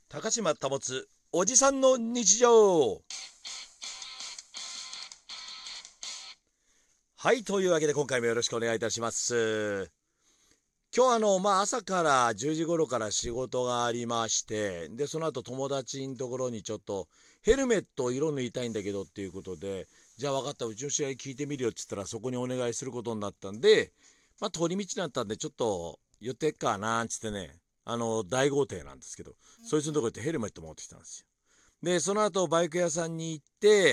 高島保おじさんの日常。はい、というわけで今回もよろしくお願いいたします。今日朝から10時頃から仕事がありまして、でその後友達のところにちょっとヘルメットを色塗りたいんだけどっていうことで、じゃあ分かった、うちの試合聞いてみるよって言ったら、そこにお願いすることになったんで、通り道だったんでちょっと寄ってっかなーんつってね、大豪邸なんですけど、そいつのとこ行ってヘルメット持ってきたんですよ。でその後バイク屋さんに行って、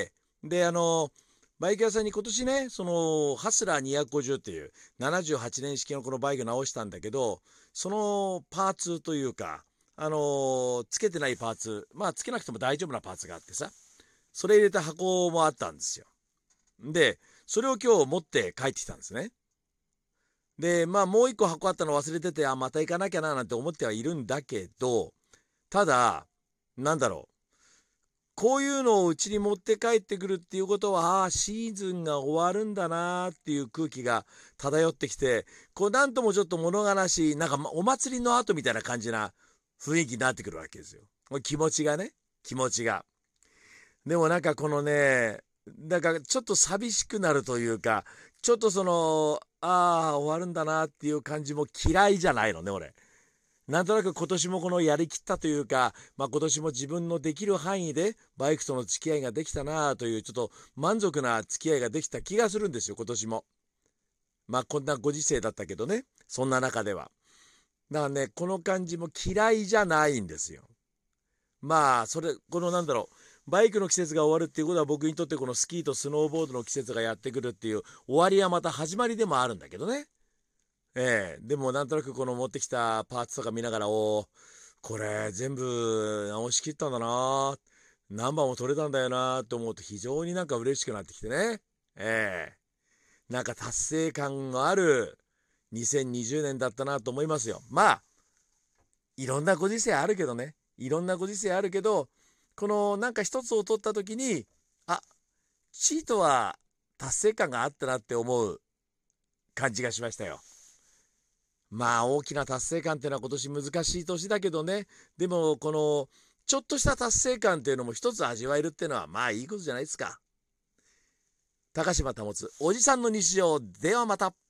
でバイク屋さんに今年ね、そのハスラー250っていう78年式のこのバイク直したんだけど、そのパーツというか、つけてないパーツ、つけなくても大丈夫なパーツがあってさ、それ入れた箱もあったんですよ。でそれを今日持って帰ってきたんですね。でもう一個箱あったの忘れてて、また行かなきゃななんて思ってはいるんだけど、ただなんだろう、こういうのをうちに持って帰ってくるっていうことは、シーズンが終わるんだなっていう空気が漂ってきて、こうなんともちょっと物悲しい、なんかお祭りの後みたいな感じな雰囲気になってくるわけですよ。気持ちがね、気持ちが。でもなんかこのね、なんかちょっと寂しくなるというか、ちょっと終わるんだなっていう感じも嫌いじゃないのね、俺。なんとなく今年もこのやりきったというか、今年も自分のできる範囲でバイクとの付き合いができたなという、ちょっと満足な付き合いができた気がするんですよ、今年も。こんなご時世だったけどね、そんな中では。だからね、この感じも嫌いじゃないんですよ。このバイクの季節が終わるっていうことは、僕にとってこのスキーとスノーボードの季節がやってくるっていう終わりはまた始まりでもあるんだけどね。でもなんとなくこの持ってきたパーツとか見ながら、これ全部直しきったんだな、何番も取れたんだよなと思うと、非常になんか嬉しくなってきてね。なんか達成感のある2020年だったなと思いますよ。いろんなご時世あるけどね、いろんなご時世あるけど、このなんか一つを取った時に、あ、チートは達成感があったなって思う感じがしましたよ。大きな達成感っていうのは今年難しい年だけどね。でもこのちょっとした達成感っていうのも一つ味わえるっていうのはいいことじゃないですか。高島保おじさんの日常ではまた。